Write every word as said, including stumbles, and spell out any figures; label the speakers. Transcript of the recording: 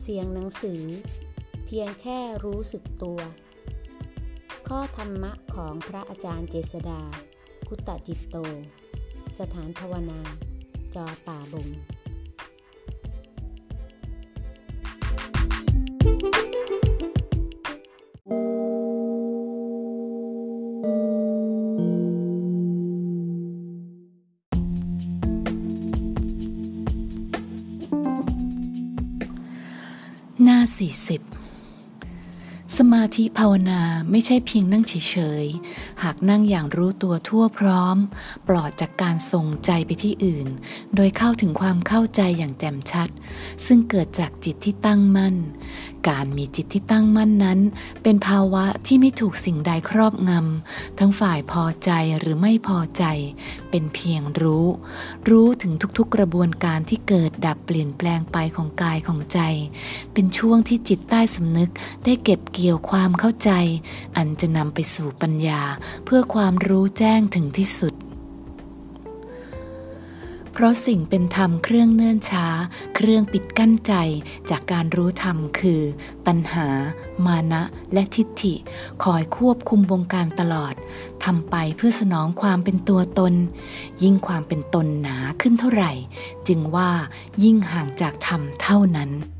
Speaker 1: สียงหนังสือเพียงแค่รู้สึกตัวข้อธรรมะของพระอาจารย์เจษฎาคุตจิตโตสถานภาวนาจอป่าบง
Speaker 2: หน้าสี่สิบสมาธิภาวนาไม่ใช่เพียงนั่งเฉยๆหากนั่งอย่างรู้ตัวทั่วพร้อมปลอดจากการส่งใจไปที่อื่นโดยเข้าถึงความเข้าใจอย่างแจ่มชัดซึ่งเกิดจากจิตที่ตั้งมั่นการมีจิตที่ตั้งมั่นนั้นเป็นภาวะที่ไม่ถูกสิ่งใดครอบงำทั้งฝ่ายพอใจหรือไม่พอใจเป็นเพียงรู้รู้ถึงทุกๆกระบวนการที่เกิดดับเปลี่ยนแปลงไปของกายของใจเป็นช่วงที่จิตใต้สำนึกได้เก็บเกี่ยวความเข้าใจอันจะนำไปสู่ปัญญาเพื่อความรู้แจ้งถึงที่สุดเพราะสิ่งเป็นธรรมเครื่องเนิ่นช้าเครื่องปิดกั้นใจจากการรู้ธรรมคือตัณหามานะและทิฏฐิคอยควบคุมวงการตลอดทำไปเพื่อสนองความเป็นตัวตนยิ่งความเป็นตนหนาขึ้นเท่าไหร่จึงว่ายิ่งห่างจากธรรมเท่านั้น